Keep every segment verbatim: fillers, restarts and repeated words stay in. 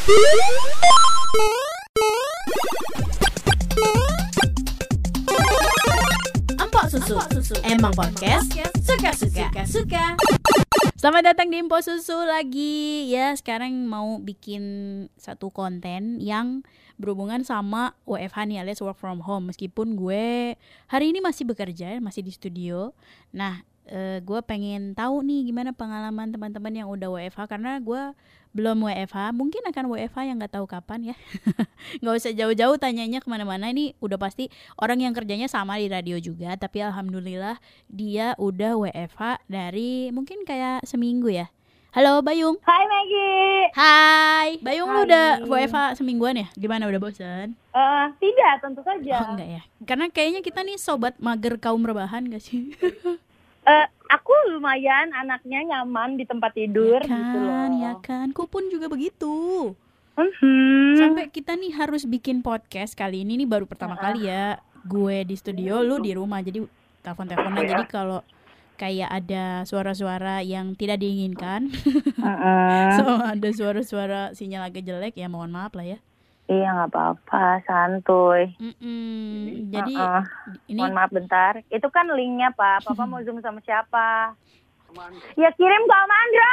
Empok Susu, emang podcast suka-suka suka. Selamat datang di Empok Susu lagi. Ya, sekarang mau bikin satu konten yang berhubungan sama W F H nih, alias work from home. Meskipun gue hari ini masih bekerja, masih di studio. Nah, uh, gue pengen tahu nih gimana pengalaman teman-teman yang udah W F H, karena gue belum W F H, mungkin akan W F H yang nggak tahu kapan ya. Nggak usah jauh-jauh tanyanya kemana-mana. Ini udah pasti orang yang kerjanya sama di radio juga, tapi alhamdulillah dia udah W F H dari mungkin kayak seminggu ya. Halo Bayung. Hai Maggie. Hai Bayung. Hai. Lu udah W F H semingguan ya? Gimana, udah bosan? Uh, tidak, tentu saja. Oh enggak ya, karena kayaknya kita nih sobat mager kaum rebahan gak sih? uh, Aku lumayan anaknya nyaman di tempat tidur ya kan, gitu loh. Ya kan, ku pun juga begitu. Mm-hmm. Sampai kita nih harus bikin podcast kali ini nih baru pertama uh. kali ya. Gue di studio, lu di rumah, jadi telepon-teleponan. Jadi kalau kayak ada suara-suara yang tidak diinginkan, uh-uh. so ada suara-suara sinyal agak jelek, ya mohon maaf lah ya. Iya, nggak apa-apa, santuy. Mm-mm. Jadi uh-uh. ini mohon maaf bentar, itu kan linknya Pak. Papa mau zoom sama siapa? Ya kirim ke Amandra.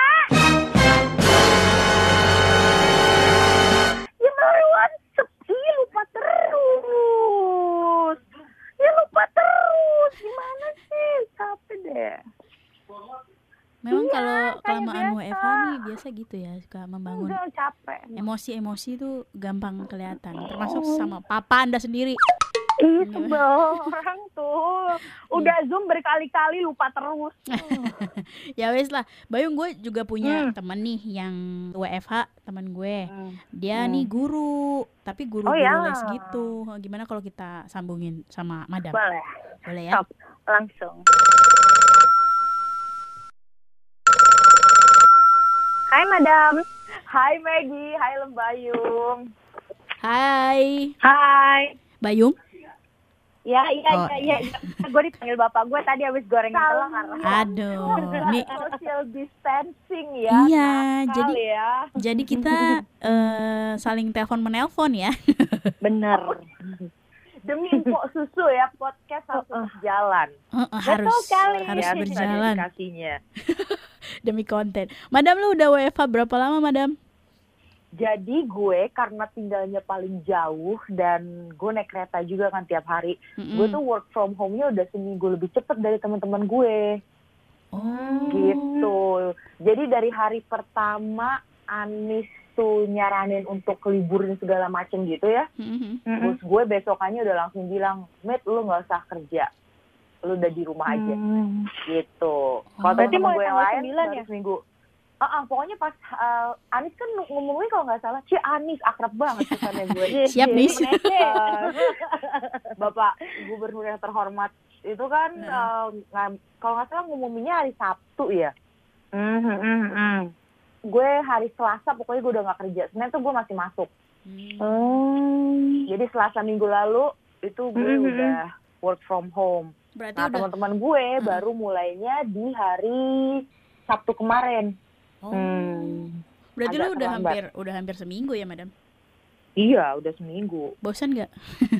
Ya meruan sepi, lupa terus. Ya lupa terus, gimana sih? Capek deh. Memang iya, kalau kelamaan W F H nih biasa gitu ya, suka membangun Enggak, capek. Emosi-emosi tuh gampang kelihatan, termasuk sama papa Anda sendiri. Ih, sebel orang tuh. Udah Zoom berkali-kali lupa terus. Ya wes lah. Bayung, gue juga punya hmm. temen nih yang W F H, temen gue. Hmm. Dia hmm. nih guru, tapi guru-guru oh, ya. les gitu. Gimana kalau kita sambungin sama Madam? Boleh. Boleh ya? Stop. Langsung. Hai Madam. Hai Maggie. Hai Lembayung. Hai. Hai. Bayung? Ya, iya, oh, iya, iya. iya. Gue dipanggil bapak gue tadi habis goreng telur. Aduh. Nih. Social distancing ya. Iya, jadi ya. jadi kita uh, saling telepon menelpon ya. Bener. Demi Empok Susu ya, podcast harus uh, jalan. Uh, uh, harus kali harus ya, berjalan. Demi konten. Madam, lu udah W F H berapa lama, Madam? Jadi gue karena tinggalnya paling jauh dan gue naik kereta juga kan tiap hari. Mm-hmm. Gue tuh work from home-nya udah seminggu lebih cepet dari teman-teman gue. Oh. Gitu. Jadi dari hari pertama Anis tuh nyaranin untuk liburin segala macem gitu ya. Mm-hmm. Terus gue besokannya udah langsung bilang, Met, lu gak usah kerja. Lu udah di rumah aja. Mm. Gitu. Kalau oh, berarti mau gue yang lain ya? Seminggu. Uh, uh, pokoknya pas uh, Anis kan ngomongnya kalau nggak salah, Ci Anis akrab banget kesannya gue. Siap nih. Uh, Bapak Gubernur yang terhormat itu kan uh, uh, kalau nggak salah ngomonginnya hari Sabtu ya. Mm-hmm, mm-hmm. Gue hari Selasa pokoknya gue udah nggak kerja. Senin tuh gue masih masuk. Mm. Oh. Jadi Selasa minggu lalu itu gue mm-hmm. udah work from home. Berarti nah udah... teman-teman gue uh. baru mulainya di hari Sabtu kemarin. Oh. Hmm. Berarti lu udah terlambat. hampir udah hampir seminggu ya, Madam? Iya, udah seminggu. Bosan nggak?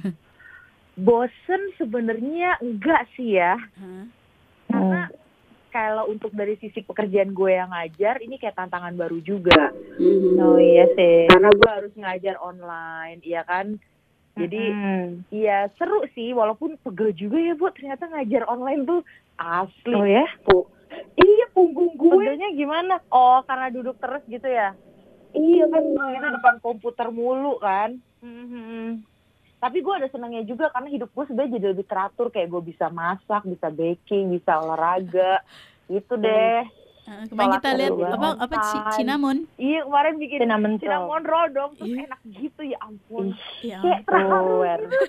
Bosan sebenarnya enggak sih ya. Huh? Karena hmm. kalau untuk dari sisi pekerjaan gue yang ngajar, ini kayak tantangan baru juga. Hmm. Oh iya sih. Karena gue harus ngajar online, iya kan? Jadi hmm. ya seru sih, walaupun pegel juga ya Bu. Ternyata ngajar online tuh asli. Oh ya? Bu. Iya, punggung gue. Pegelnya gimana? Oh, karena duduk terus gitu ya? Iya kan, kita depan komputer mulu kan. Mm-hmm. Tapi gue ada senangnya juga karena hidup gue sebenarnya jadi lebih teratur. Kayak gue bisa masak, bisa baking, bisa olahraga. Gitu deh. Uh, kemarin kita lihat apa apa cinnamon. Iya, kemarin bikin cinnamon, cinnamon roll dong. Terus enak gitu, ya ampun. Ya kayak terharu.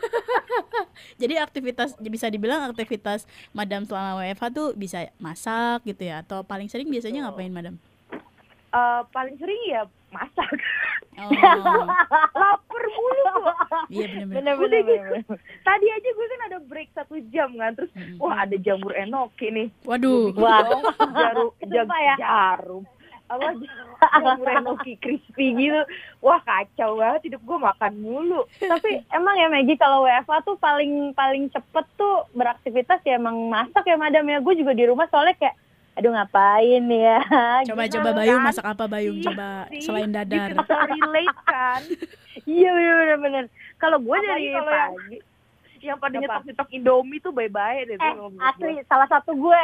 Jadi aktivitas, bisa dibilang aktivitas Madam selama W F H tuh bisa masak gitu ya? Atau paling sering biasanya oh. ngapain, Madam? Uh, paling sering ya masak. Oh. Lapar mulu. Iya benar-benar. Gitu. Tadi aja gue kan ada break satu jam kan, terus mm-hmm. wah ada jamur enoki nih. Waduh. Wah, jarum, jam, ya? jarum. apa jamur enoki crispy gitu. Wah kacau banget hidup gue makan mulu. Tapi emang ya Maggie kalau W F H tuh paling paling cepet tuh beraktivitas ya emang masak ya madam ya. Gue juga di rumah soalnya kayak aduh ngapain ya. Coba-coba Bayung kan? Masak apa Bayung coba si, selain dadar. Bisa relate kan. Iya bener-bener. Kalau gue dari pagi yang pada nyetok-nyetok Indomie tuh bye-bye deh. Eh, asli, gue. Salah satu gue.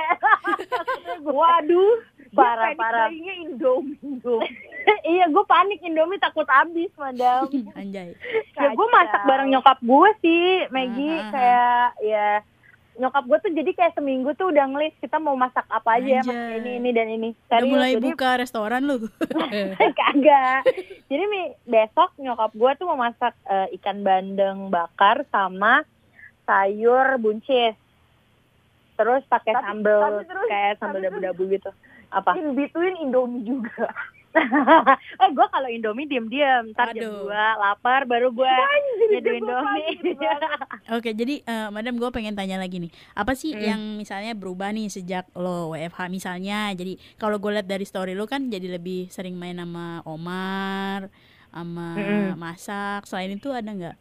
Waduh, parah-parah. Kayaknya Indomie, Indomie. Iya, gue panik Indomie takut habis, madam. Anjay. Ya gue masak bareng nyokap gue sih, Maggie. Uh-huh. Kayak, ya, nyokap gue tuh jadi kayak seminggu tuh udah ngelis kita mau masak apa aja, masak ini, ini, dan ini. Serius, udah mulai jadi, buka restoran lu? Kagak. Jadi nih, besok nyokap gue tuh mau masak uh, ikan bandeng bakar sama sayur buncis, terus pakai sambal kayak sambal dabu-dabu gitu. Apa? In between Indomie juga. eh gue kalau Indomie diem-diem, ntar jam dua lapar baru gue nyeduh Indomie. Oke, jadi uh, madam gue pengen tanya lagi nih, apa sih hmm. yang misalnya berubah nih sejak lo W F H misalnya? Jadi kalau gue lihat dari story lo kan jadi lebih sering main sama Omar, sama hmm. masak. Selain itu ada nggak?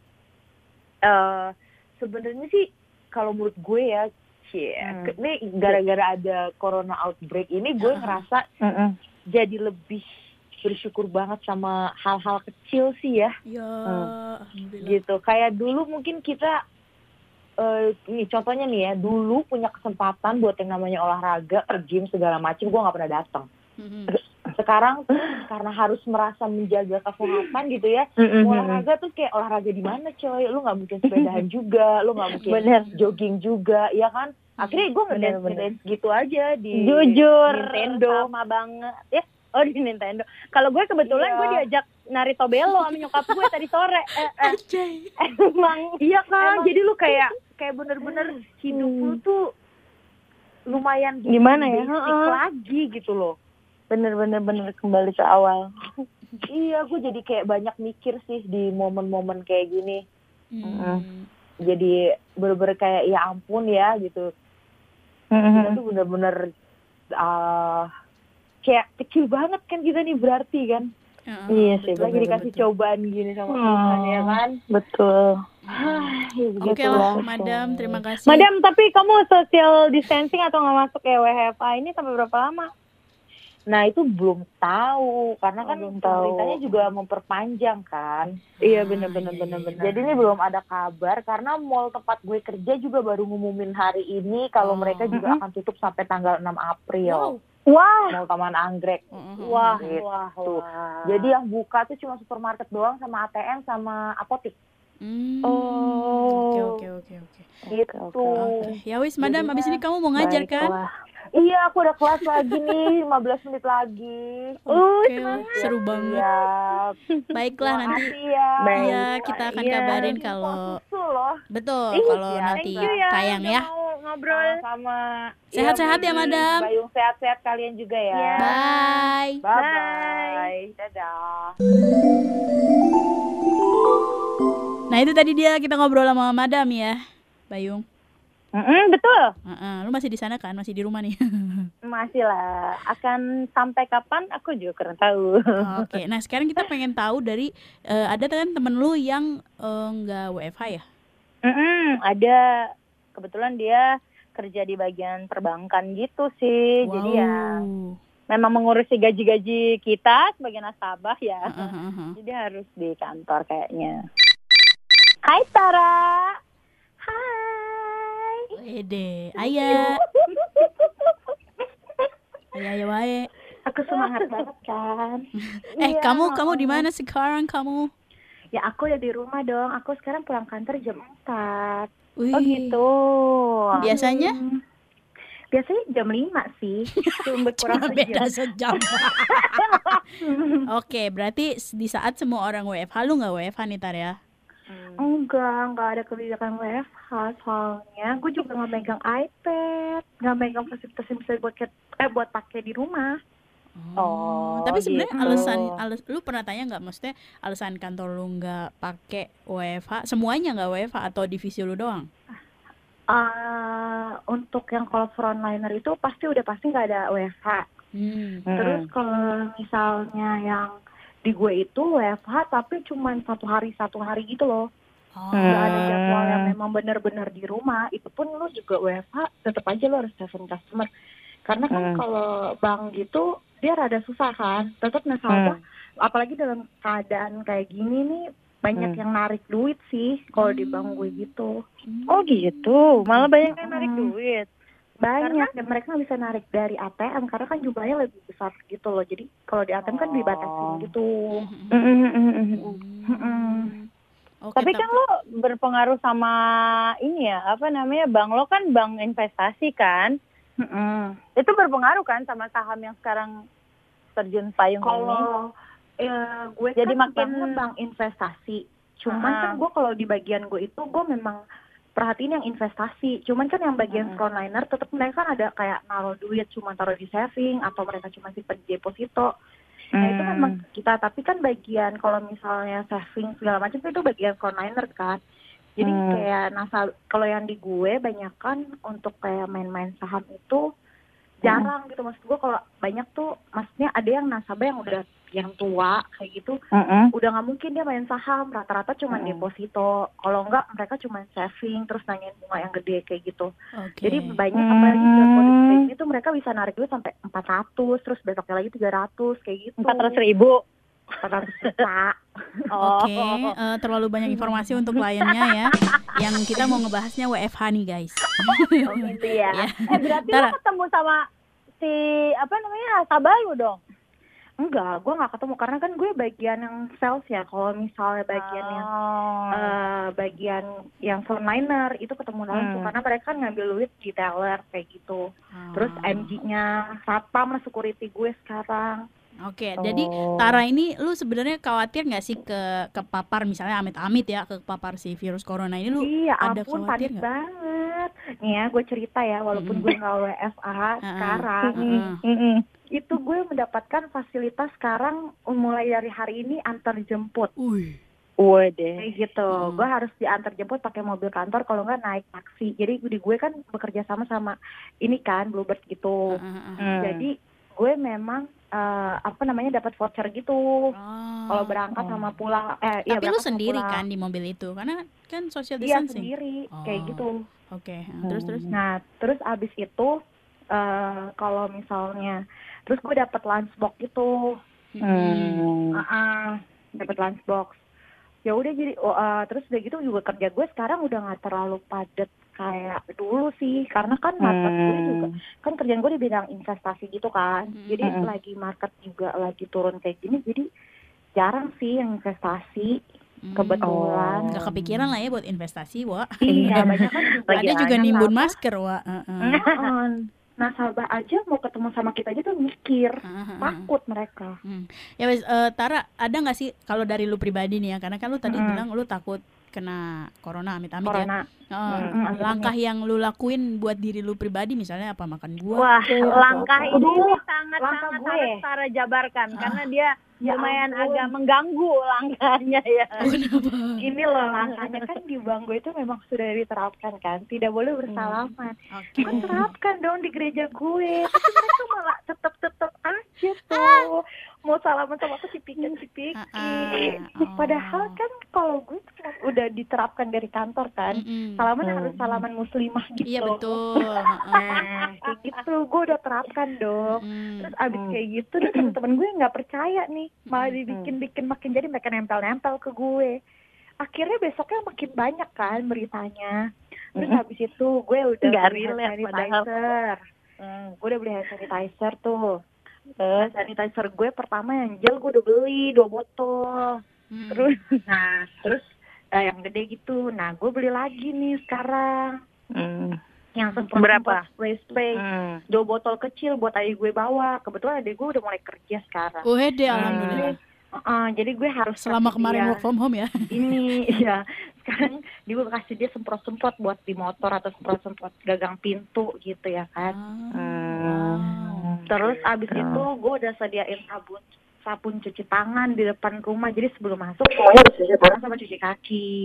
Uh, Sebenarnya sih kalau menurut gue ya, cie, hmm. ini gara-gara ada corona outbreak ini gue uh-huh. ngerasa uh-uh. jadi lebih bersyukur banget sama hal-hal kecil sih ya. Ya, hmm. gitu. Kayak dulu mungkin kita, uh, nih contohnya nih ya, dulu punya kesempatan buat yang namanya olahraga, ke gym segala macam, gue nggak pernah datang. Hmm. Sekarang karena harus merasa menjaga kesehatan gitu ya, mm-hmm. olahraga tuh kayak olahraga di mana coy, lu nggak mungkin sepedahan juga, lu nggak mungkin bener. jogging juga, ya kan? Akhirnya gue ngedance gitu aja di jujur Nintendo, sama banget ya. Oh di Nintendo. Kalau gue kebetulan iya. gue diajak Naruto Bello sama nyokap gue tadi sore. Eh, eh. Emang iya kan, emang. Jadi lu kayak kayak bener-bener hidup hmm. lu tuh lumayan gimana ya? Uh-uh. lagi gitu loh. Bener-bener bener kembali ke awal. Iya, gue jadi kayak banyak mikir sih di momen-momen kayak gini. Hmm. Jadi bener-bener kayak ya ampun ya gitu. Hmm. Kita tuh bener-bener uh, kayak kecil banget kan kita nih berarti kan. Uh, iya sih. Lagi dikasih betul. cobaan gini sama Tuhan oh, ya kan. Betul. ya, Oke okay lah, madam. Terima kasih. Madam, tapi kamu social distancing atau nggak masuk W F H ini sampai berapa lama? Nah itu belum tahu karena kan oh, pemerintahnya juga memperpanjang kan. Iya benar-benar benar-benar. Jadi ini belum ada kabar karena mall tempat gue kerja juga baru ngumumin hari ini kalau oh. mereka juga mm-hmm. akan tutup sampai tanggal enam April. Wow. Wah. Mall Taman Anggrek. Mm-hmm. Wah, gitu. wah, wah. Jadi yang buka tuh cuma supermarket doang sama A T M sama apotik. Hmm. Oh. Oke oke oke oke. Gitu. Okay. Ya wis, madam, abis ini kamu mau ngajar kan? Iya, aku udah kelas lagi nih, lima belas menit lagi. Oke, okay, seru banget. Ya. Baiklah, nanti ya. ya kita akan iya. kabarin kalau betul Ih, kalau ya, nanti ya, tayang ya. Ngobrol sama sehat-sehat ya, madam. Bayung sehat-sehat kalian juga ya. Yeah. Bye. Bye. Bye. Dadah. Nah itu tadi dia kita ngobrol sama madam ya, Bayung. Mm-mm, betul. Uh-uh. Lu masih di sana kan? Masih di rumah nih? Masih lah. Akan sampai kapan? Aku juga kurang tahu. Oke. Okay. Nah sekarang kita pengen tahu dari uh, ada kan temen lu yang nggak uh, W F H ya? Mm-mm, ada. Kebetulan dia kerja di bagian perbankan gitu sih. Wow. Jadi ya memang mengurusi gaji-gaji kita sebagai nasabah ya. Uh-huh, uh-huh. Jadi harus di kantor kayaknya. Hai Tara. Hai. Ede, ayah. Ayah, ayah wae. Aku semangat banget kan. eh, iya, kamu kamu di mana sekarang kamu? Ya aku ya di rumah dong. Aku sekarang pulang kantor jam empat. Wih. Oh gitu. Biasanya? Hmm. Biasanya jam lima sih. Cuma kurang beda sejam. Oke, berarti di saat semua orang W F H, lu nggak W F H nih Tar ya? Hmm. Enggak, enggak ada kebijakan W F H soalnya. Gue juga nggak megang iPad, nggak megang fasilitas yang bisa buat eh buat pakai di rumah. Oh, oh tapi sebenarnya gitu. alasan alas lu pernah tanya nggak, maksudnya alasan kantor lu nggak pakai W F H, semuanya nggak W F H atau divisi lu doang? Uh, untuk yang kalau frontliner itu pasti udah pasti nggak ada W F H. Hmm. Terus kalau misalnya yang di gue itu W F H tapi cuma satu hari satu hari gitu loh. Oh. Gak ada jadwal yang memang benar-benar di rumah. Itu pun lu juga W F H tetap aja lu harus telepon customer. Karena kan hmm. kalau bank gitu dia rada susah kan. Tetap nasabah hmm. apalagi dalam keadaan kayak gini nih banyak hmm. yang narik duit sih kalau di bank gue gitu. Oh gitu, malah banyak yang narik duit. Banyak, karena dan mereka bisa narik dari A T M karena kan jumlahnya lebih besar gitu loh. Jadi kalau di A T M kan dibatasin gitu. Okay, tapi kan lo berpengaruh sama ini ya, apa namanya, bank lo kan bank investasi kan? Mm-mm. Itu berpengaruh kan sama saham yang sekarang terjun payung kalo, ini? Ya, gue jadi kan makin bank investasi. Cuman uh-huh. kan gue kalau di bagian gue itu gue memang perhatiin yang investasi. Cuman kan yang bagian uh-huh. frontliner tetap mereka kan ada kayak naruh duit cuma taruh di saving atau mereka cuma simpan di deposito. Hmm. Nah itu kan kita, tapi kan bagian kalau misalnya saving segala macam itu bagian frontliner kan. Jadi hmm. kayak nasab kalau yang di gue banyak kan untuk kayak main-main saham itu jarang hmm. gitu. Maksud gue kalau banyak tuh maksudnya ada yang nasabah yang udah yang tua kayak gitu, uh-uh. udah nggak mungkin dia main saham, rata-rata cuma uh-uh. deposito. Kalau enggak mereka cuma saving terus nanyain bunga yang gede kayak gitu. Okay. Jadi banyak hmm. apalagi di kondisi kayak gini tuh mereka bisa narik duit sampai empat ratus, terus besoknya lagi tiga ratus kayak gitu. empat ratus ribu. empat ratus juta. Oh. Oke, okay. uh, terlalu banyak informasi untuk kliennya ya. Yang kita mau ngebahasnya W F H nih guys. Oh gitu ya. ya. Eh berarti Tara. Lo ketemu sama si apa namanya nasabah lu dong? Enggak, gue nggak ketemu karena kan gue bagian yang sales ya. Kalau misalnya bagian oh. yang uh, bagian yang frontliner itu ketemu langsung hmm. karena mereka kan ngambil duit di teller kayak gitu. Oh. Terus M G-nya satpam security gue sekarang. Oke, okay, oh. jadi Tara ini lu sebenarnya khawatir nggak sih ke kepapar misalnya amit-amit ya kepapar si virus corona ini lu iya, ada ampun, khawatir nggak? banget. Nih ya, gue cerita ya walaupun mm-hmm. gue nggak W F H uh-uh. sekarang. Mm-hmm. Mm-hmm. Itu gue mendapatkan fasilitas sekarang mulai dari hari ini antar jemput. Uy. Kayak gitu. Hmm. Gue harus diantar jemput pakai mobil kantor kalau nggak naik taksi. Jadi di gue kan bekerja sama sama ini kan Bluebird gitu. Hmm. Hmm. Jadi gue memang uh, apa namanya dapat voucher gitu. Oh. Kalau berangkat sama pulang. Eh, Tapi iya, lu sendiri kan di mobil itu karena kan social distancing. Iya sendiri oh. kayak gitu. Oke. Okay. Terus terus. Nah terus abis itu uh, kalau misalnya terus gue dapet lunchbox gitu, hmm. uh-uh, dapet lunchbox. Ya udah jadi, uh, terus udah gitu juga kerja gue sekarang udah nggak terlalu padat kayak dulu sih, karena kan market hmm. gue juga kan kerjaan gue di bidang investasi gitu kan, hmm. jadi hmm. lagi market juga lagi turun kayak gini, jadi jarang sih yang investasi. Hmm. Kebetulan nggak oh. kepikiran lah ya buat investasi, Wak. Iya banyak kan juga ada juga nimbun masker, Wak. Uh-uh. Nasabah aja mau ketemu sama kita aja tuh mikir, uh-huh. takut mereka. Hmm. Ya wes, uh, Tara, ada nggak sih kalau dari lu pribadi nih ya, karena kan lu tadi hmm. bilang lu takut kena corona, amit-amit corona. ya. Uh, hmm, langkah yang lu lakuin buat diri lu pribadi misalnya apa, makan buah? Wah, langkah ini sangat-sangat harus Tara jabarkan uh. karena dia ya lumayan ampun. Agak mengganggu langkahnya ya. Gini loh langkahnya kan di bank gue itu memang sudah diterapkan kan, tidak boleh bersalaman. Hmm. Okay. Terapkan dong di gereja gue, tapi mereka malah tetap-tetap aja tuh mau salaman sama aku cipika-cipiki. Uh, uh, oh. Padahal kan kalau gue udah diterapkan dari kantor kan, mm-hmm. salaman hmm. harus salaman muslimah gitu. Iya betul. Nah, kayak gitu gue udah terapkan dong. Mm. Terus abis kayak gitu, teman-teman gue nggak percaya nih, malah dibikin-bikin makin jadi mereka nempel-nempel ke gue. Akhirnya besoknya makin banyak kan beritanya. Terus mm-hmm. habis itu gue udah Nggak beli hand relate, sanitizer. Hmm, gue udah beli hand sanitizer tuh. Uh, sanitizer gue pertama yang gel gue udah beli dua botol. Hmm. Terus, nah terus uh, yang gede gitu. Nah gue beli lagi nih sekarang. Hmm. Yang semprot berapa? Spray spray. Hmm. Dua botol kecil buat adik gue bawa. Kebetulan adik gue udah mulai kerja sekarang. Oh hede, hmm. alhamdulillah. Uh, jadi gue harus selama kemarin dia, work from home ya. Ini ya sekarang dia gue kasih dia semprot-semprot buat di motor atau semprot-semprot gagang pintu gitu ya kan. Ah, hmm. wow. Terus abis oh. itu gue udah sediain sabun sabun cuci tangan di depan rumah. Jadi sebelum masuk semuanya harus cuci tangan sama cuci kaki.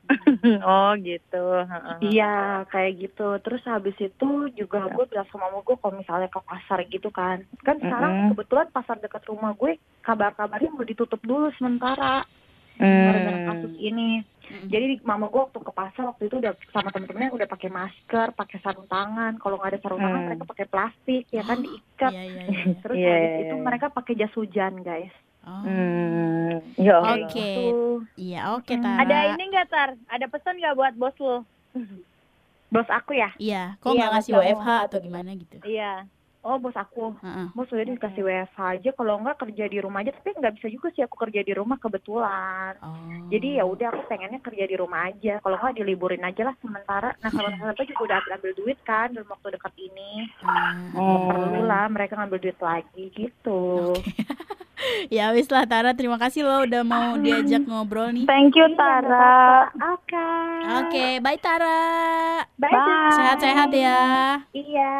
Oh gitu. Iya kayak gitu. Terus habis itu juga gue bilang sama mama gue kalau misalnya ke pasar gitu kan. Kan sekarang mm-hmm. kebetulan pasar dekat rumah gue kabar-kabarnya mau ditutup dulu sementara gara-gara mm. kasus ini. Mm. Jadi mama gue waktu ke pasar waktu itu udah sama temen-temennya udah pakai masker, pakai sarung tangan. Kalau nggak ada sarung mm. tangan mereka pakai plastik ya kan diikat. Yeah, yeah, yeah. Terus yeah, habis yeah, itu yeah. mereka pakai jas hujan guys. Oh. Hmm. Ya oke. Okay. Iya, oke okay, Tara. Ada ini enggak Tar? Ada pesan enggak buat bos lo? Bos aku ya? Iya, kok enggak iya, ngasih W F H atau gimana gitu? Iya. Oh, bos aku. Uh-uh. Bos udah dikasih W F H aja, kalau enggak kerja di rumah aja, tapi enggak bisa juga sih aku kerja di rumah kebetulan. Oh. Jadi ya udah aku pengennya kerja di rumah aja. Kalau enggak diliburin aja lah sementara. Nah, sahabat-sahabat juga udah ambil duit kan dalam waktu dekat ini. Uh. Oh. Perlu lah mereka ngambil duit lagi gitu. Okay. Ya wis lah Tara, terima kasih lo udah mau diajak ngobrol nih. Thank you Tara. Oke. Okay. Oke, okay, bye Tara. Bye. Bye. Sehat-sehat ya. Iya.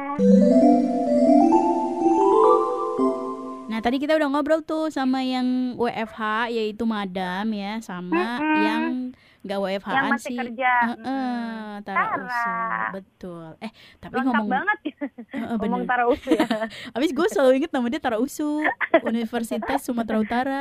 Nah tadi kita udah ngobrol tuh sama yang W F H yaitu Madam ya, sama mm-hmm. yang nggak W F H-an yang masih sih. kerja. Uh-uh, Tara, Tara Usu, betul. Eh tapi lengkap ngomong banget uh, ngomong Tara Usu ya. Abis gue selalu inget nama dia Tara Usu, Universitas Sumatera Utara.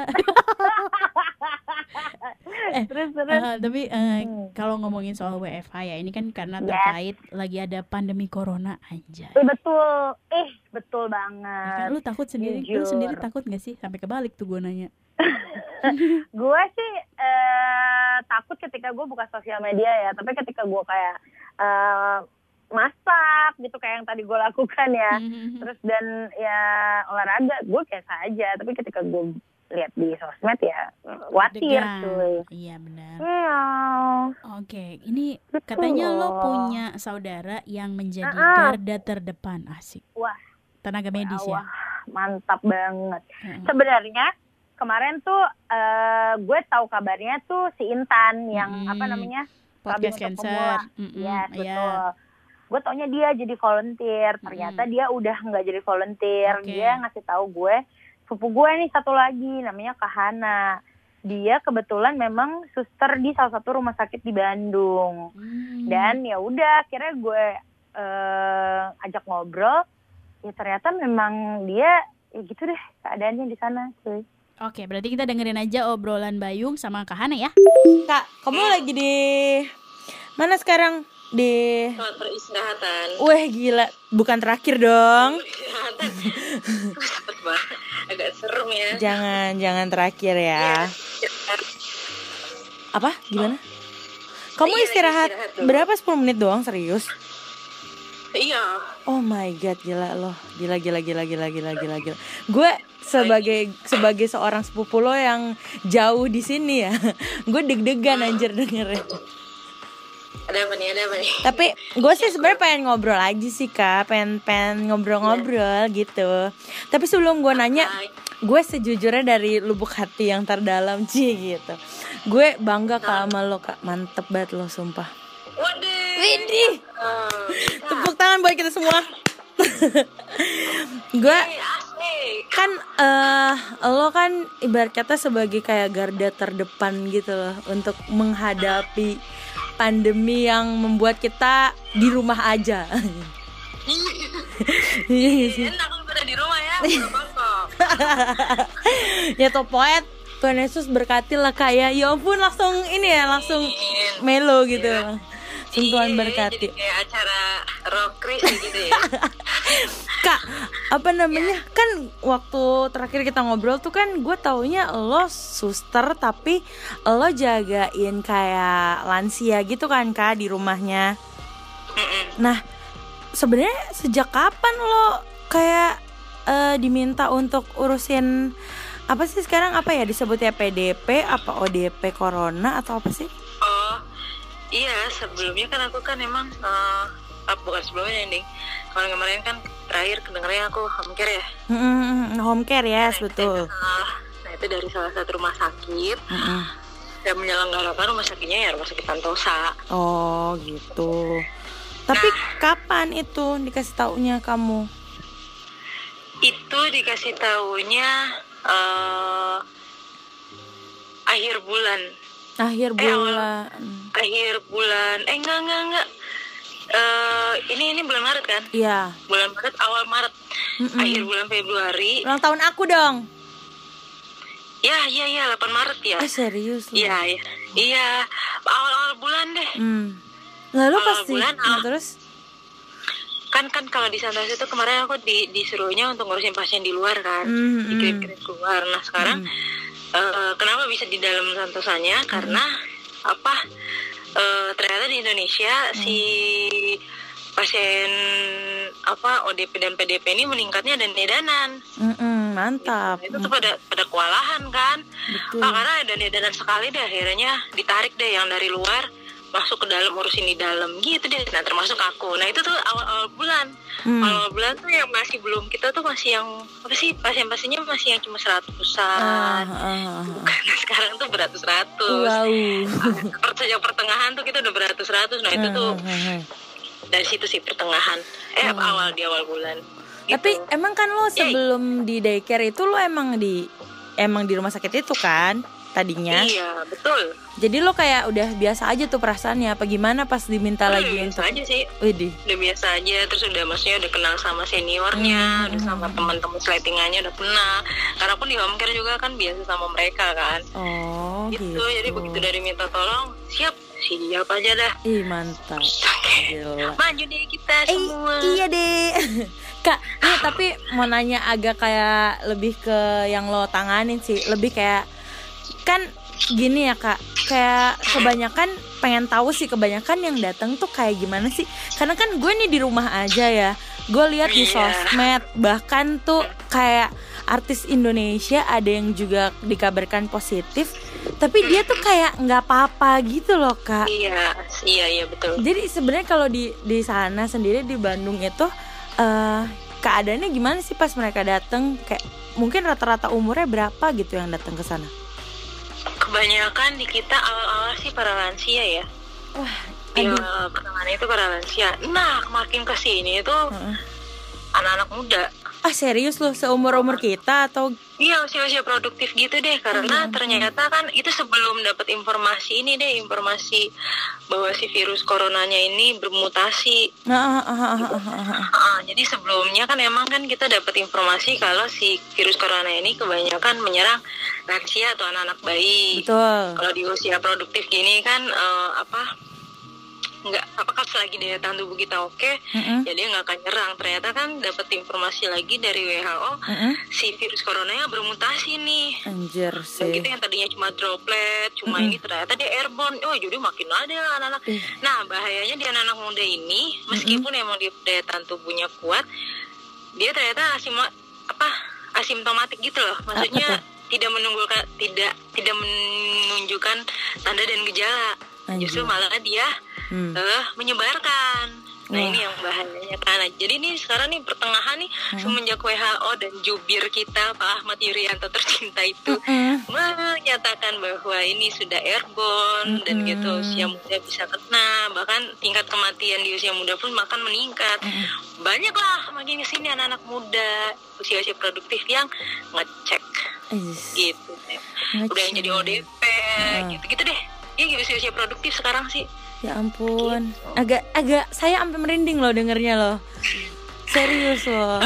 eh terus, terus. Uh, tapi uh, hmm. kalau ngomongin soal W F H ya ini kan karena terkait yes. lagi ada pandemi corona aja. Eh, betul, eh betul banget. Ya kan, lu takut sendiri, Jujur. lu sendiri takut nggak sih? Sampai kebalik tuh gue nanya. Gue sih eh, takut ketika gue buka sosial media ya, tapi ketika gue kayak eh, masak gitu kayak yang tadi gue lakukan ya, mm-hmm. terus dan ya olahraga gue biasa aja, tapi ketika gue lihat di sosmed ya khawatir tuh. Iya benar. Iya. Oke, ini betul. Katanya lo punya saudara yang menjadi uh-uh. garda terdepan, asik. Wah, tenaga medis wah, ya. Wah, mantap banget. Uh-uh. Sebenarnya kemarin tuh uh, gue tahu kabarnya tuh si Intan yang hmm. apa namanya podcast cancer. Yes, betul. Yeah. Gue taunya dia jadi volunteer. Ternyata mm. dia udah nggak jadi volunteer. Okay. Dia ngasih tahu gue sepupu gue nih satu lagi namanya Kak Hana. Dia kebetulan memang suster di salah satu rumah sakit di Bandung. Mm. Dan ya udah akhirnya gue uh, ajak ngobrol. Ya ternyata memang dia ya gitu deh keadaannya di sana, cuy. Oke, berarti kita dengerin aja obrolan Bayung sama Kak Hana ya. Kak, kamu hmm. lagi di mana sekarang? Di tempat peristirahatan. Wah gila, bukan terakhir dong. Peristirahatan. Agak serem ya. Jangan, jangan terakhir ya. ya. Apa? Gimana? Kamu iya, istirahat, istirahat berapa? sepuluh menit doang, serius? Iya. Oh my god, gila loh. Gila gila gila gila gila gila gila. Gue sebagai sebagai seorang sepupu lo yang jauh di sini ya. Gue deg-degan hmm. anjir dengerin. Ada apa nih? Ada apa nih? Tapi gue sih sebenarnya pengen ngobrol aja sih Kak, pengen pengen ngobrol-ngobrol yeah. gitu. Tapi sebelum gue nanya, gue sejujurnya dari lubuk hati yang terdalam sih gitu. Gue bangga Kak sama lo Kak, mantep banget lo sumpah. Waduh. Widih. Oh, tepuk tangan buat kita semua. Gue kan uh, lo kan ibarat kata sebagai kayak garda terdepan gitu loh untuk menghadapi pandemi yang membuat kita di rumah aja. Enak lu pada di rumah ya, bangkok. Ya toh poet, Tuhan Yesus berkati lah kayak ya ampun langsung ini ya langsung melo gitu. Ya. Tuhan berkati. Jadi kayak acara rock Chris gitu ya. Kak, apa namanya? Ya. Kan waktu terakhir kita ngobrol tuh kan gue taunya lo suster tapi lo jagain kayak lansia gitu kan Kak di rumahnya. Mm-mm. Nah, sebenarnya sejak kapan lo kayak uh, diminta untuk urusin apa sih sekarang apa ya disebutnya P D P apa O D P corona atau apa sih? Oh. Iya, sebelumnya kan aku kan emang uh, bukan sebelumnya nih. Kalau kemarin kan terakhir kedengerannya aku home care ya. Mm-hmm, home care ya, yes, nah, betul. Itu, uh, nah itu dari salah satu rumah sakit. Mm-hmm. Yang menyelenggarakan rumah sakitnya ya rumah sakit Santosa. Oh gitu. Tapi nah, kapan itu dikasih taunya kamu? Itu dikasih taunya uh, akhir bulan. Akhir bulan. Eh, akhir bulan. Eh enggak enggak enggak. Uh, ini ini bulan Maret kan? Iya. Bulan Maret, awal Maret. Mm-mm. Akhir bulan Februari. Ulang tahun aku dong. Ya, iya iya delapan Maret ya. Eh serius lu? Iya, iya. Iya, awal-awal bulan deh. Hmm. Lalu awal pasti bulan, nah, terus kan kan kalau di Santosa itu kemarin aku di, disuruhnya untuk ngurusin pasien di luar kan, mm-hmm. dikirim-kirim keluar. Nah sekarang mm. uh, kenapa bisa di dalam Santosanya? Mm. Karena apa? Uh, ternyata di Indonesia mm. si pasien apa O D P dan P D P ini meningkatnya dan edanan. Mm-mm, mantap. Gitu. Itu tuh pada pada kewalahan kan. Betul. Nah, karena edan edanan sekali deh akhirnya ditarik deh yang dari luar masuk ke dalam, urusin di dalam gitu deh. Nah termasuk aku. Nah itu tuh awal-awal bulan. Hmm. Awal bulan tuh yang masih belum, kita tuh masih yang apa sih, pasien-pasiennya masih yang cuma seratusan. Uh, uh, uh. Karena sekarang tuh beratus-ratus. Wow. Sejak pertengahan tuh kita udah beratus-ratus. Nah itu tuh uh, uh, uh. dari situ sih pertengahan. Eh uh. awal di awal bulan. Gitu. Tapi emang kan lo sebelum Yay. di daycare itu lo emang di emang di rumah sakit itu kan tadinya? Iya betul. Jadi lo kayak udah biasa aja tuh perasaannya apa gimana pas diminta udah lagi biasa untuk... aja sih. Widih. Udah biasa aja, terus udah maksudnya udah kenal sama seniornya, hmm. udah sama teman-teman sletingannya udah kenal. Karena pun di home care juga kan biasa sama mereka kan. Oh gitu. gitu. Jadi begitu dari minta tolong, siap, siap aja dah. Ih mantap. Gila. Maju deh kita semua. Eh, iya deh. Kak, nih tapi mau nanya agak kayak lebih ke yang lo tanganin sih, lebih kayak kan gini ya Kak, kayak kebanyakan pengen tahu sih kebanyakan yang datang tuh kayak gimana sih? Karena kan gue nih di rumah aja ya, gue lihat di sosmed bahkan tuh kayak artis Indonesia ada yang juga dikabarkan positif, tapi dia tuh kayak nggak apa-apa gitu loh Kak. Iya, iya iya betul. Jadi sebenarnya kalau di di sana sendiri di Bandung itu uh, keadaannya gimana sih pas mereka datang? Kayak mungkin rata-rata umurnya berapa gitu yang datang ke sana? Kebanyakan di kita awal-awal sih para lansia ya. Wah, aduh. Ya, pertengahan itu para lansia. Nah, makin kesini itu uh-uh. anak-anak muda. Ah serius loh, seumur-umur kita atau? Iya, usia-usia produktif gitu deh. Karena hmm. ternyata kan itu sebelum dapat informasi ini deh, informasi bahwa si virus coronanya ini bermutasi. Nah, ah, ah, ah, ah, ah, ah. Uh, jadi sebelumnya kan emang kan kita dapat informasi kalau si virus corona ini kebanyakan menyerang lansia atau anak-anak bayi. Betul. Kalau di usia produktif gini kan uh, apa? Nggak, apakah selagi daya tahan tubuh kita oke, okay, mm-hmm. ya dia nggak akan nyerang. Ternyata kan dapat informasi lagi dari W H O, mm-hmm. si virus coronanya bermutasi nih. Anjir sih. Gitu yang tadinya cuma droplet, cuma mm-hmm. ini ternyata dia airborne. Oh jadi makin ada anak-anak. Mm. Nah bahayanya di anak-anak muda ini, meskipun mm-hmm. emang dia daya tahan tubuhnya kuat, dia ternyata asim apa asimptomatik gitu loh. Maksudnya tidak menunjukkan tidak tidak menunjukkan tanda dan gejala. Anjir. Justru malah dia hmm. uh, menyebarkan. Nah Wah. Ini yang bahayanya kan. Jadi nih sekarang nih pertengahan nih hmm. semenjak W H O dan jubir kita Pak Ahmad Yuryanto tercinta itu hmm. menyatakan bahwa ini sudah airborne hmm. dan gitu usia muda bisa kena, bahkan tingkat kematian di usia muda pun makan meningkat. Hmm. Banyak lah makin kesini anak-anak muda usia-usia produktif yang ngecek Is. gitu. Ngecek. Udah yang jadi O D P hmm. gitu-gitu deh. Iya usia-usia produktif sekarang sih. Ya ampun, agak agak saya sampai merinding loh dengernya loh. Serius loh.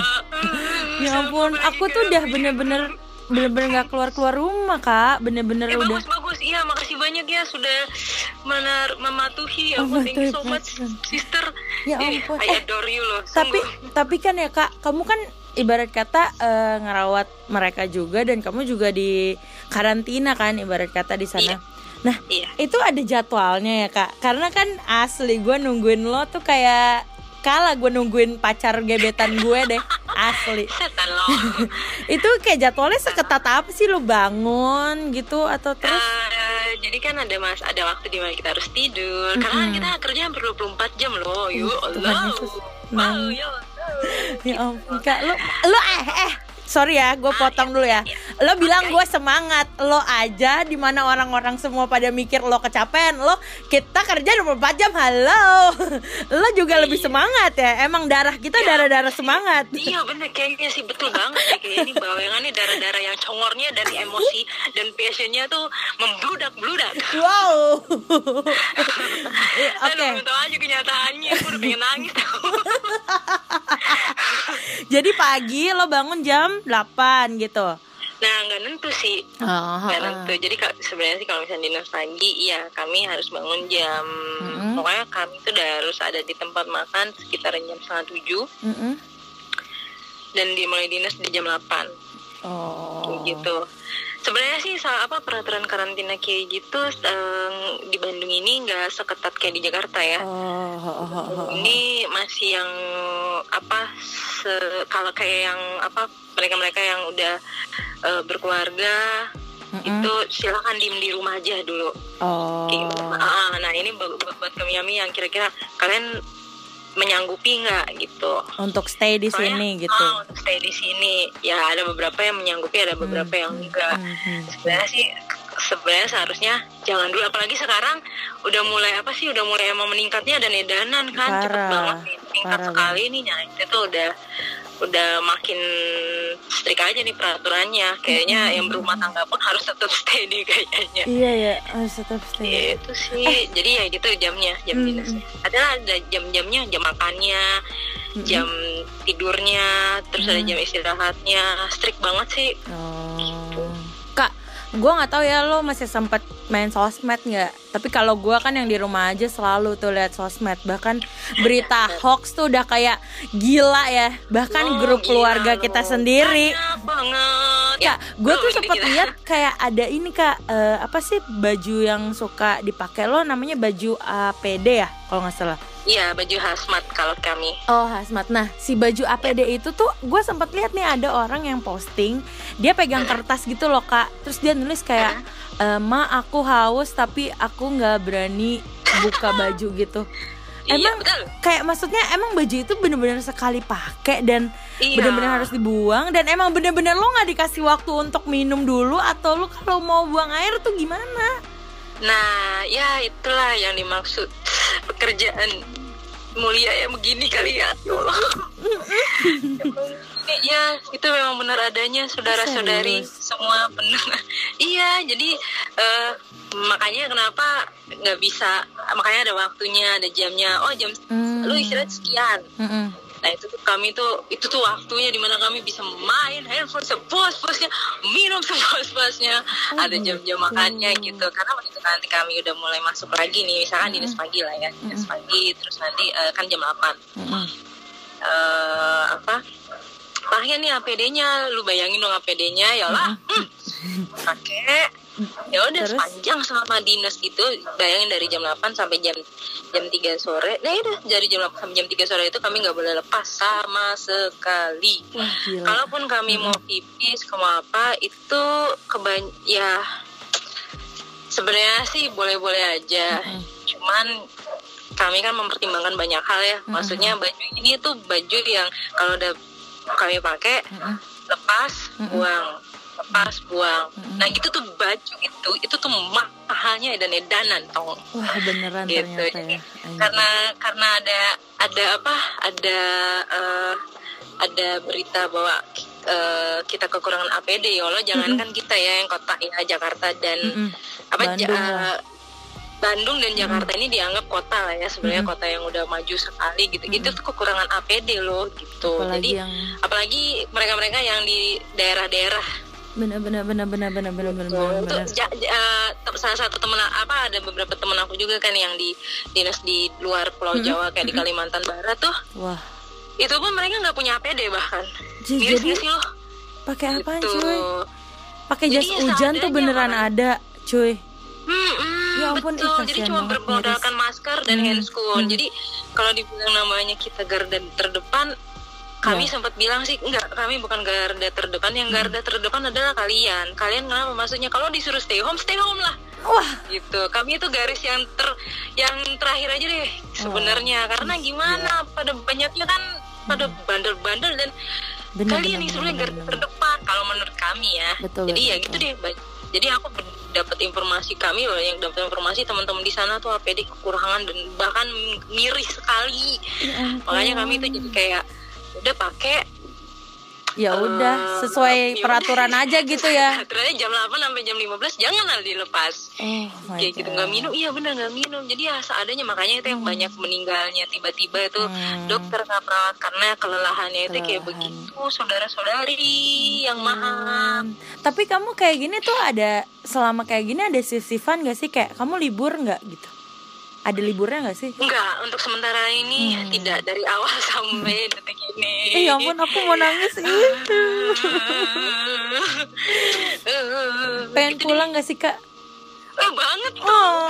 Ya ampun, aku tuh udah bener-bener bener-bener nggak keluar-keluar rumah Kak, bener-bener eh, udah. Bagus bagus, iya makasih banyak ya sudah menar mematuhi. Ya, oh, thank you so much, sister. Ya ampun. Eh, I adore you loh. Tapi tapi kan ya Kak, kamu kan ibarat kata uh, ngerawat mereka juga dan kamu juga di karantina kan ibarat kata di sana. Iya. Nah, iya. Itu ada jadwalnya ya Kak. Karena kan asli gue nungguin lo tuh kayak kalah gue nungguin pacar gebetan gue deh. Asli. Setan lo. Itu kayak jadwalnya seketat apa sih, lo bangun gitu atau terus? Uh, jadi kan ada mas, ada waktu di mana kita harus tidur. Mm-hmm. Karena kita kerja hampir dua puluh empat jam loh. Yuk Allah. Wow, ya. Ya ampun Kak, lo lo eh eh sorry ya, gue potong dulu ya. Lo bilang gue semangat, lo aja di mana orang-orang semua pada mikir lo kecapean, lo kita kerja dua puluh empat jam, halo. Lo juga lebih semangat ya. Emang darah kita darah-darah semangat. Iya bener, kayaknya sih betul banget ya. Kayaknya ini bayangannya darah-darah yang congornya dari emosi dan passionnya tuh membludak-bludak. Wow. Oke. Okay. Belum tahu aja kenyataannya, gue udah pengen nangis. Jadi pagi lo bangun jam delapan gitu. Nah nggak nentu sih, oh, nggak nentu. Jadi sebenarnya sih kalau misalnya dinas pagi, iya kami harus bangun jam, mm-hmm. pokoknya kami tuh udah harus ada di tempat makan sekitar jam setengah tujuh, mm-hmm. dan dimulai dinas di jam delapan. Oh. Gitu. Sebenarnya sih soal apa peraturan karantina kayak gitu um, di Bandung ini nggak seketat kayak di Jakarta ya. Oh, oh, oh, oh. Ini masih yang apa se- kalau kayak yang apa mereka-mereka yang udah uh, berkeluarga, mm-hmm. itu silakan diem di rumah aja dulu. Oh. Gitu. Ah, nah ini buat, buat kami-kami yang kira-kira kalian menyanggupi nggak gitu untuk stay di Soalnya, sini gitu. Oh, untuk stay di sini ya ada beberapa yang menyanggupi, ada beberapa hmm. yang enggak. Hmm. Sebenarnya sih sebenarnya seharusnya jangan dulu, apalagi sekarang udah mulai apa sih udah mulai emang meningkatnya dan edanan kan. Parah. Cepet banget nih meningkat Parah. sekali nih. Nah itu udah udah makin strict aja nih peraturannya. Kayaknya hmm. yang berumah tangga pun harus tetap stay di kayaknya. Iya ya, harus tetap stay. Itu sih. Eh. Jadi ya gitu jamnya, jam hmm. dinasnya. Adalah ada jam-jamnya, jam makannya, hmm. jam tidurnya, terus hmm. ada jam istirahatnya. Strict banget sih. Oh. Gitu. Kak, gue nggak tahu ya lo masih sempat main sosmed nggak? Tapi kalau gue kan yang di rumah aja selalu tuh lihat sosmed. Bahkan berita hoax tuh udah kayak gila ya. Bahkan oh, grup keluarga kita lo. sendiri. Banyak banget. Ya, gue tuh sempat lihat kayak ada ini kak, uh, apa sih baju yang suka dipakai lo namanya baju A P D ya kalau nggak salah. Iya, baju hazmat kalau kami. Oh, hazmat. Nah, si baju A P D itu tuh gue sempat lihat nih ada orang yang posting, dia pegang kertas gitu loh, Kak. Terus dia nulis kayak e, "Ma, aku haus tapi aku nggak berani buka baju" gitu. Emang iya, kayak maksudnya emang baju itu benar-benar sekali pakai dan iya. benar-benar harus dibuang, dan emang benar-benar lo nggak dikasih waktu untuk minum dulu, atau lo kalau mau buang air tuh gimana? Nah, ya itulah yang dimaksud pekerjaan mulia yang begini kali ya. Ya Allah. Ya, itu memang benar adanya saudara-saudari semua benar. Iya, jadi uh, makanya kenapa nggak bisa, makanya ada waktunya, ada jamnya. Oh, jam mm. lu istirahat sekian. Mm-mm. Nah itu tuh kami tuh itu tuh waktunya dimana kami bisa main handphone sepuas-puasnya, minum sepuas-puasnya, oh, ada jam-jam makannya gitu. Karena begitu nanti kami udah mulai masuk lagi nih, misalkan mm-hmm. dinas pagi lah ya, dinas pagi, terus nanti uh, kan jam delapan. Mm-hmm. Uh, apa? Pakai nih A P D-nya, lu bayangin dong A P D-nya, ya lah, hmm, pakai. Ya udah sepanjang selama dinas gitu, bayangin dari jam delapan sampai jam jam tiga sore. Nah udah dari jam delapan sampai jam tiga sore itu kami nggak boleh lepas sama sekali. Wah, kalaupun kami hmm. mau pipis mau apa itu keban ya sebenarnya sih boleh-boleh aja. Hmm. Cuman kami kan mempertimbangkan banyak hal ya. Hmm. Maksudnya baju ini tuh baju yang kalau udah kami pakai hmm. lepas hmm. buang. Lepas buang. Mm-hmm. Nah itu tuh baju itu itu tuh mahalnya dan edanan tong. Wah beneran gitu. Ternyata ya. Karena karena ada ada apa? Ada uh, ada berita bahwa uh, kita kekurangan A P D. Ya Allah, jangankan mm-hmm. kita ya yang kota ya Jakarta dan mm-hmm. apa Bandung, ja, Bandung dan Jakarta mm-hmm. ini dianggap kota lah ya sebenarnya mm-hmm. kota yang udah maju sekali gitu. Mm-hmm. Itu tuh kekurangan A P D loh gitu. Apalagi Jadi yang... apalagi mereka-mereka yang di daerah-daerah. benar benar benar benar benar benar benar benar. Ja, ja, uh, salah satu teman apa ada beberapa teman aku juga kan yang di dinas di luar Pulau mm-hmm. Jawa kayak mm-hmm. di Kalimantan Barat tuh. Wah. Itu pun mereka nggak punya A P D bahkan. J- jadi sih loh. Pakai apa gitu. Cuy? Pakai jas hujan tuh beneran kan? Ada, cuy. Hmm, hmm, ya ampun, betul. Jadi cuma bermodalkan masker dan hmm. handscoon. Hmm. Jadi kalau dibilang namanya kita garda terdepan, kami ya. sempat bilang sih enggak, kami bukan garda terdepan, yang garda terdepan adalah kalian. Kalian kenapa maksudnya? Kalau disuruh stay home, stay home lah. Wah, gitu. Kami itu garis yang ter yang terakhir aja deh sebenarnya. Oh. Karena gimana? Pada banyaknya kan pada bandel-bandel dan bener, kalian yang sebenarnya garda terdepan kalau menurut kami ya. Betul, jadi betul, ya gitu betul. deh. Jadi aku dapat informasi kami loh, yang dapat informasi teman-teman di sana tuh A P D kekurangan dan bahkan miris sekali. Ya, makanya kami tuh jadi kayak udah pakai ya udah sesuai uh, peraturan aja gitu ya. Peraturannya jam delapan sampai jam lima belas janganlah dilepas. Oh, kayak gitu nggak minum, iya benar nggak minum. Jadi ya seadanya, makanya itu yang hmm. banyak meninggalnya tiba-tiba itu hmm. dokter nggak perawat karena kelelahannya itu kayak begitu, saudara-saudari hmm. yang mahal. Tapi kamu kayak gini tuh ada selama kayak gini ada sisifan nggak sih, kayak kamu libur nggak gitu? Ada liburnya gak sih? Enggak, untuk sementara ini hmm. tidak, dari awal sampai detik ini. Eh ya ampun, aku mau nangis itu. Pengen gitu pulang nih. Gak sih Kak? Eh banget tuh.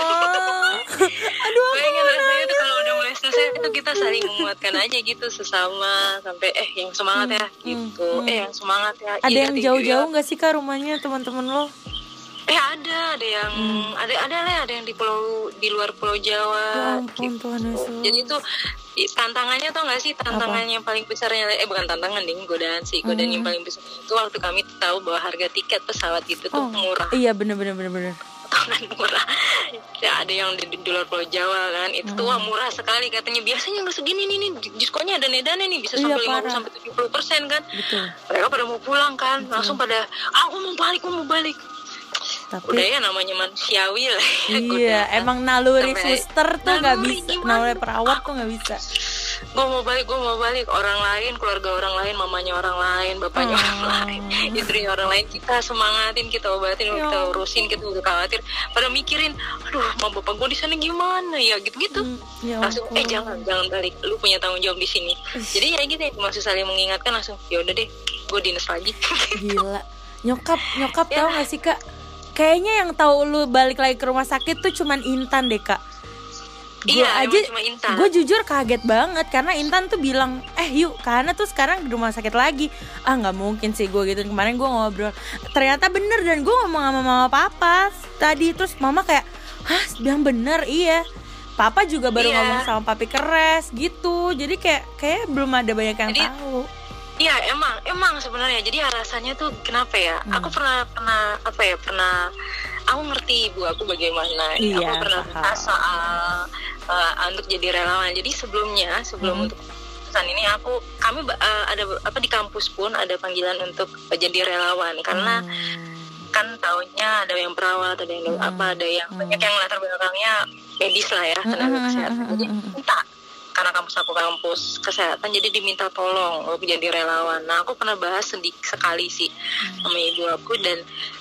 Oh. Aduh, aku pengen rasanya tuh kalau udah mulai selesai itu kita saling menguatkan aja gitu sesama, sampai eh yang semangat ya hmm. gitu. Hmm. Eh yang semangat ya. Ada yang jauh-jauh gak sih Kak rumahnya teman-teman lo? Eh ada, ada yang hmm. ada ada lah, ada yang di pulau, di luar Pulau Jawa. Ya ampun, gitu. Tuhan Yesus. Jadi tuh tantangannya tuh nggak sih, tantangannya yang paling besarnya eh bukan tantangan ding, godaan sih, godaan hmm. yang paling besar itu waktu kami tahu bahwa harga tiket pesawat itu oh, tuh murah. Iya bener bener bener bener. Tangan murah. Ya ada yang di, di luar Pulau Jawa kan, itu tuh hmm. murah sekali katanya. Biasanya nggak segini nih, nih diskonnya ada nedanya nih, bisa sampai lima puluh sampai tujuh puluh persen kan. Betul. Mereka pada mau pulang kan, betul. Langsung pada aku mau balik, aku mau balik. Tapi, udah ya namanya manusiawi lah ya, iya emang naluri suster tuh nggak bisa, gimana? Naluri perawat tuh nggak bisa. Gue mau balik, gue mau balik. Orang lain, keluarga orang lain, mamanya orang lain, bapaknya oh. orang lain, istrinya orang lain, kita semangatin, kita obatin, ya. Kita urusin, kita udah khawatir. Pada mikirin, aduh mau bapak gue di sana gimana ya, gitu-gitu. Ya, langsung eh jangan jangan balik, lu punya tanggung jawab di sini. Jadi ya gitu ya, maksud saling mengingatkan langsung. Ya udah deh, gue dinas lagi. Gila, nyokap nyokap ya. Tahu nggak sih Kak? Kayaknya yang tahu lu balik lagi ke rumah sakit tuh cuman Intan deh Kak. Gue iya, aja, gue jujur kaget banget karena Intan tuh bilang, eh yuk, karena tuh sekarang di rumah sakit lagi. Ah nggak mungkin sih gue gitu. Kemarin gue ngobrol, ternyata bener, dan gue ngomong sama mama papa tadi, terus mama kayak, hah, bilang bener, iya. Papa juga baru iya. ngomong sama papi keres gitu. Jadi kayak kayak belum ada banyak yang Jadi, tahu. Iya emang emang sebenarnya jadi alasannya tuh kenapa ya? Hmm. Aku pernah pernah apa ya pernah aku ngerti ibu aku bagaimana. Iya, aku pernah bahas soal uh, untuk jadi relawan. Jadi sebelumnya sebelum hmm. untuk pesan ini aku kami uh, ada apa di kampus pun ada panggilan untuk uh, jadi relawan karena hmm. kan tahunnya ada yang perawat, ada yang hmm. apa, ada yang hmm. banyak yang latar belakangnya medis lah ya, tenaga hmm. kesehatan. Jadi minta. Karena kampus aku kampus kesehatan, jadi diminta tolong jadi relawan. Nah aku pernah bahas sedikit sekali sih hmm. sama ibu aku, dan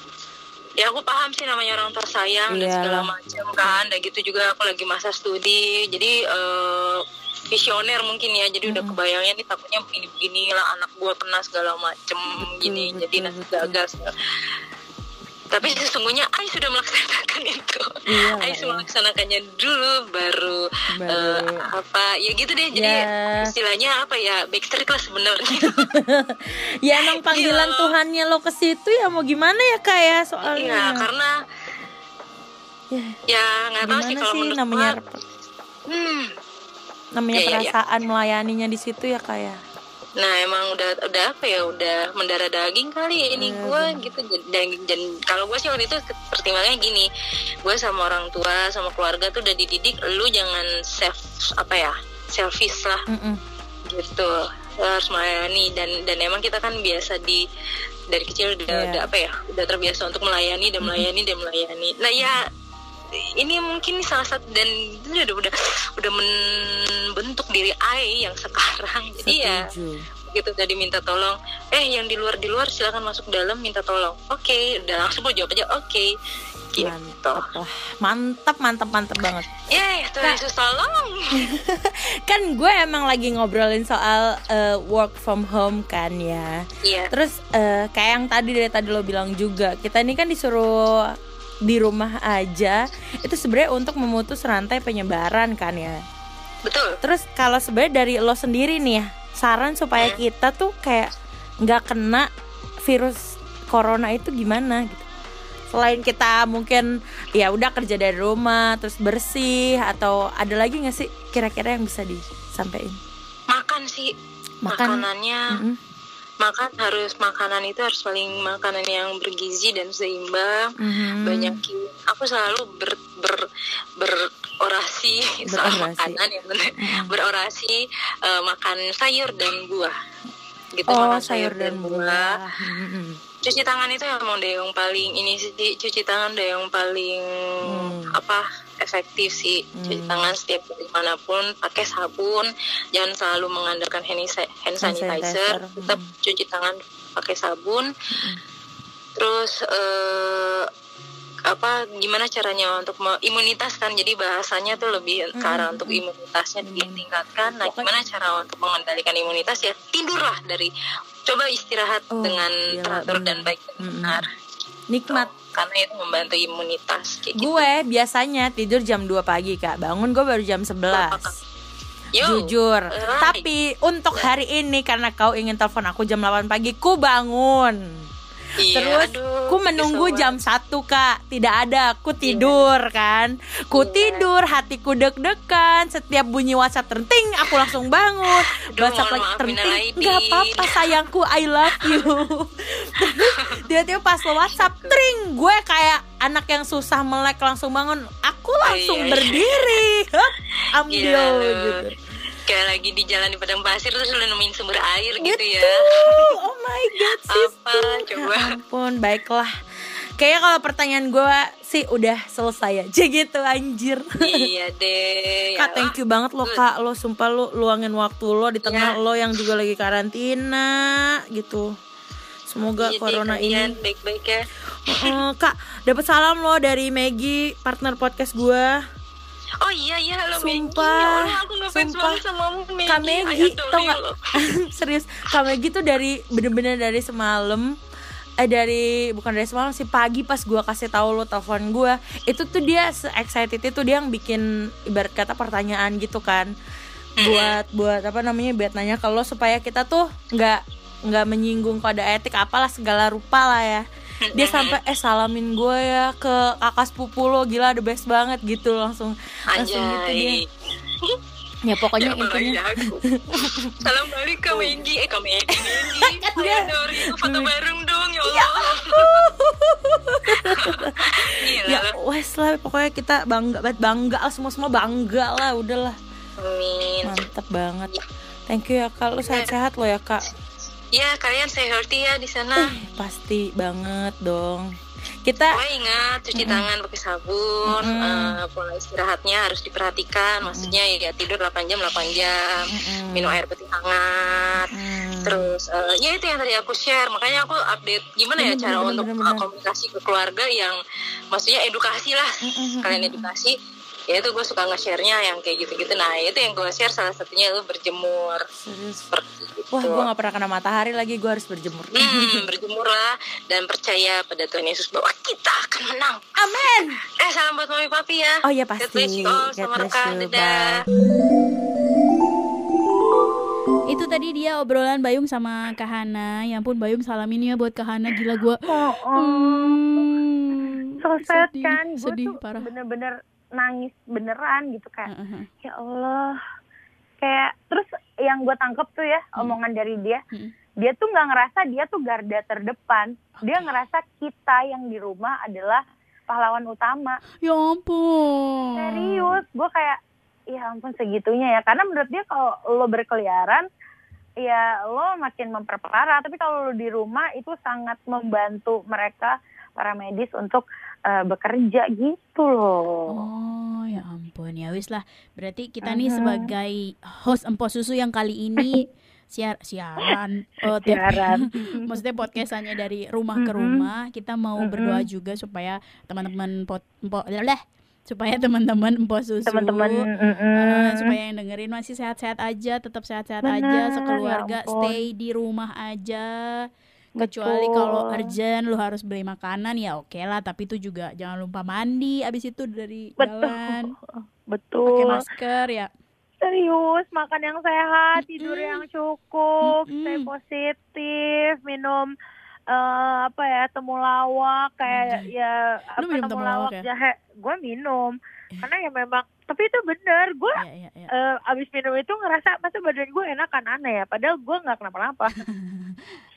ya aku paham sih namanya orang tua sayang yeah. dan segala macam kan. Dan gitu juga aku lagi masa studi, jadi uh, visioner mungkin ya, jadi hmm. udah kebayangnya nih takutnya begini-begini lah anak gua kena segala macem gini, betul, jadi nanti gagal. Tapi sesungguhnya Ai sudah melaksanakan itu. Iya, Ai sudah melaksanakannya dulu baru, baru. Uh, apa ya gitu deh. Jadi ya. Istilahnya apa ya, backstreet lah sebenarnya. Ya emang panggilan ya. Tuhannya lo ke situ ya, mau gimana ya Kak ya soalnya. Iya karena ya, ya nggak tahu sih kalau menurut namanya gua, hmm, namanya ya, perasaan ya, ya. melayaninya di situ ya Kak ya. Nah emang udah udah apa ya udah mendarah daging kali ini gue gitu. Dan, dan kalau gue sih waktu itu pertimbangannya gini, gue sama orang tua sama keluarga tuh udah dididik lu jangan self apa ya selfish lah. Mm-mm. Gitu harus melayani, dan dan emang kita kan biasa di dari kecil udah, yeah. udah apa ya udah terbiasa untuk melayani dan melayani mm-hmm. dan melayani. Nah ya ini mungkin salah satu, dan itu udah udah udah membentuk diri Ai yang sekarang. Jadi Setuju. Ya begitu udah diminta tolong, eh yang di luar di luar silakan masuk dalam minta tolong. Oke, okay. Udah langsung gue jawab aja oke. Okay. Gitu. Mantap lah, mantap mantap mantap banget. Ya, Tuhan Yesus tolong. Kan gue emang lagi ngobrolin soal uh, work from home kan ya. Iya. Terus uh, kayak yang tadi dari tadi lo bilang juga, kita ini kan disuruh di rumah aja, itu sebenarnya untuk memutus rantai penyebaran kan ya. Betul. Terus kalau sebenarnya dari lo sendiri nih ya, saran supaya hmm. kita tuh kayak nggak kena virus corona itu gimana gitu. Selain kita mungkin ya udah kerja dari rumah terus bersih, atau ada lagi nggak sih kira-kira yang bisa disampaikan? Makan sih. Makan. Makanannya mm-hmm. makan harus makanan itu harus paling makanan yang bergizi dan seimbang. Mm-hmm. Banyakin. Aku selalu ber ber berorasi soal makanan ya benar. Mm-hmm. Berorasi uh, makan sayur dan buah. Gitu, oh, makan sayur, sayur dan buah. buah. Mm-hmm. Cuci tangan itu emang deh yang paling ini sih, cuci tangan deh yang paling hmm. apa efektif sih. Hmm. Cuci tangan setiap dimanapun, pakai sabun, jangan selalu mengandalkan hand sanitizer, hmm. tetap cuci tangan pakai sabun. Hmm. Terus uh, apa gimana caranya untuk imunitas kan, jadi bahasanya tuh lebih ke arah hmm. untuk imunitasnya ditingkatkan. Nah, gimana cara untuk mengendalikan imunitas ya tidurlah dari coba istirahat oh, dengan iya, teratur dan baik dan benar. Nikmat. So, karena itu membantu imunitas kayak gue gitu. Biasanya tidur jam dua pagi Kak. Bangun gue baru jam sebelas. Yo, jujur. Right. Tapi untuk hari ini karena kau ingin telepon aku jam delapan pagi, ku bangun. Iya, terus aduh, ku menunggu jam satu Kak. Tidak ada, ku tidur iya. kan Ku iya. tidur, hatiku deg-degan. Setiap bunyi WhatsApp terting, aku langsung bangun. WhatsApp lagi terting, gak apa-apa sayangku, I love you. Tiba-tiba pas lo WhatsApp tring, gue kayak anak yang susah melek langsung bangun. Aku langsung iya, berdiri iya. Ambil iya, gitu. Kayak lagi di jalan di padang pasir terus lu nemuin sumber air gitu, gitu ya. Oh my god sis. Apa coba. Ya ampun, baiklah. Kayaknya kalau pertanyaan gue sih udah selesai aja gitu anjir. Iya deh. Kak, thank you banget lo Kak. Lo sumpah lo luangin waktu lo di tengah ya. Lo yang juga lagi karantina gitu. Semoga iya, corona deh, ini baik-baik ya. uh, Kak, dapat salam lo dari Maggie, partner podcast gue. Oh iya iya halo Maggie. Ya Allah, aku ngefans banget sama Maggie. Kak Maggie tau gak? Serius, Kak Maggie tuh dari bener-bener dari semalam eh dari bukan dari semalam sih, pagi pas gue kasih tahu lo telepon gue, itu tuh dia se-excited itu, dia yang bikin ibarat kata pertanyaan gitu kan, buat buat apa namanya, buat nanya ke lo supaya kita tuh nggak nggak menyinggung kode etik apalah segala rupa lah ya. Dia sampai eh salamin gue ya ke kakak sepupu lo, gila the best banget gitu, langsung langsung gitu dia. Ya pokoknya ya, intinya salam balik ke Maggie, eh ke Maggie, Maggie. Ayo Dori, foto bareng dong ya Allah. Ya wes lah, pokoknya kita bangga banget, bangga lah, semua semua bangga lah, udahlah. Amin. Mantap banget. Thank you ya Kak, lu sehat-sehat lo ya Kak. Ya kalian stay healthy ya di sana. Eh, pasti banget dong. Kita oh, ingat cuci mm-hmm. tangan pakai sabun, mm-hmm. uh, pola istirahatnya harus diperhatikan. Maksudnya ya tidur delapan jam delapan jam, mm-hmm. minum air putih hangat. Mm-hmm. Terus uh, ya itu yang tadi aku share. Makanya aku update gimana ya bener, cara bener, untuk bener, bener. komunikasi ke keluarga yang maksudnya edukasi lah. Mm-hmm. Kalian edukasi. Ya itu gue suka nge-share-nya yang kayak gitu-gitu. Nah itu yang gue share, salah satunya lu berjemur. Seperti itu. Wah, gue gak pernah kena matahari lagi, gue harus berjemur. hmm, Berjemurlah dan percaya pada Tuhan Yesus bahwa kita akan menang. Amin. Eh salam buat mami papi ya. Oh iya pasti. God bless you all, sama rekan. Dadah. Itu tadi dia obrolan Bayung sama Kak Hana. Ya ampun Bayung, salamin ya buat Kak Hana. Gila gue oh, oh. Hmm, so sad sedih, kan. Gue sedih, tuh parah. bener-bener nangis beneran gitu kayak uh-huh. ya Allah, kayak terus yang gue tangkep tuh ya hmm. omongan dari dia, hmm. dia tuh nggak ngerasa dia tuh garda terdepan, okay. Dia ngerasa kita yang di rumah adalah pahlawan utama. Ya ampun, serius, gue kayak ya ampun segitunya ya, karena menurut dia kalau lo berkeliaran ya lo makin memperparah, tapi kalau lo di rumah itu sangat membantu mereka para medis untuk uh, bekerja gitu loh. Oh ya ampun, ya wis lah. Berarti kita uh-huh. nih sebagai host Empo Susu yang kali ini siar siaran, oh, siaran. maksudnya podcastannya dari rumah uh-huh. ke rumah. Kita mau uh-huh. berdoa juga supaya teman-teman pot, empo, leleh, supaya teman-teman Empo Susu, teman-teman uh-uh. uh, supaya yang dengerin masih sehat-sehat aja, tetap sehat-sehat Bener, aja, sekeluarga ya stay di rumah aja. Kecuali Betul. Kalau urgent lu harus beli makanan ya oke okay lah, tapi itu juga jangan lupa mandi abis itu dari Betul. jalan. Betul. Pakai masker ya. Serius, makan yang sehat, Mm-mm. tidur yang cukup, Mm-mm. stay positif, minum uh, apa ya, temulawak kayak mm. ya lu apa temulawak ya? jahe. Gue minum. Karena ya memang, tapi itu bener, gue ya, ya, ya. uh, abis minum itu ngerasa masa badan gue enakan, aneh ya, padahal gue nggak kenapa-napa.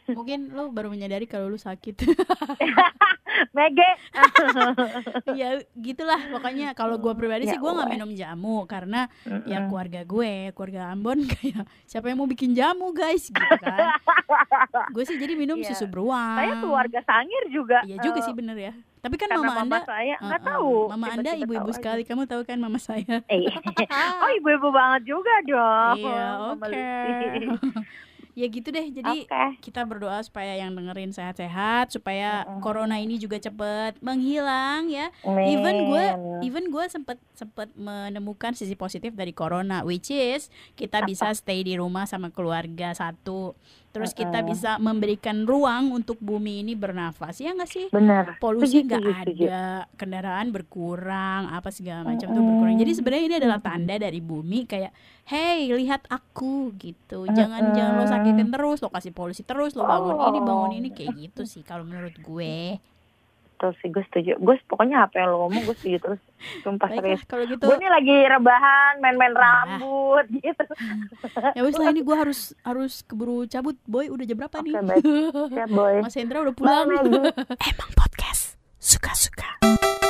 Mungkin lo baru menyadari kalau lo sakit. Mege. Ya gitulah pokoknya. Kalau gue pribadi Ya sih gue nggak Allah. minum jamu karena Mm-mm. ya keluarga gue, keluarga Ambon kayak siapa yang mau bikin jamu guys gitu kan. Gue sih jadi minum Iya. susu beruang. Saya keluarga Sangir juga. Iya juga eh, sih bener ya. Tapi kan karena mama mama anda saya nggak uh-uh. tahu. Mama anda Tiba-tiba ibu-ibu tahu sekali. aja. Kamu tahu kan mama saya. Eh, oh ibu-ibu banget juga dong. Iya Mama oke. Lucy. Ya gitu deh. Jadi Oke. kita berdoa supaya yang dengerin sehat-sehat, supaya Mm-mm. corona ini juga cepet menghilang ya. Amin. Even gue, even gue sempet sempet menemukan sisi positif dari corona, which is kita bisa stay di rumah sama keluarga satu. Terus kita Mm-mm. bisa memberikan ruang untuk bumi ini bernafas, ya nggak sih? Benar. Polusi Setuju, nggak setuju, setuju. ada, kendaraan berkurang, apa segala macam tuh Mm-mm. berkurang. Jadi sebenarnya ini adalah tanda dari bumi kayak, hey lihat aku gitu. Jangan Mm-mm. jangan lo sakitin terus, lo kasih polusi terus, lo bangun ini bangun Oh. ini kayak gitu sih kalau menurut gue. Betul sih, gue setuju. Gue pokoknya apa yang lo ngomong gue setuju terus. Sumpah Baiklah serius. kalau gitu. Gue nih lagi rebahan, main-main rambut gitu. Ya wes lah ini gue harus harus keburu cabut, boy. Udah jam berapa nih? Oke, baik. Siap, boy. Mas Hendra udah pulang. Bye, Maggie. Emang podcast suka-suka.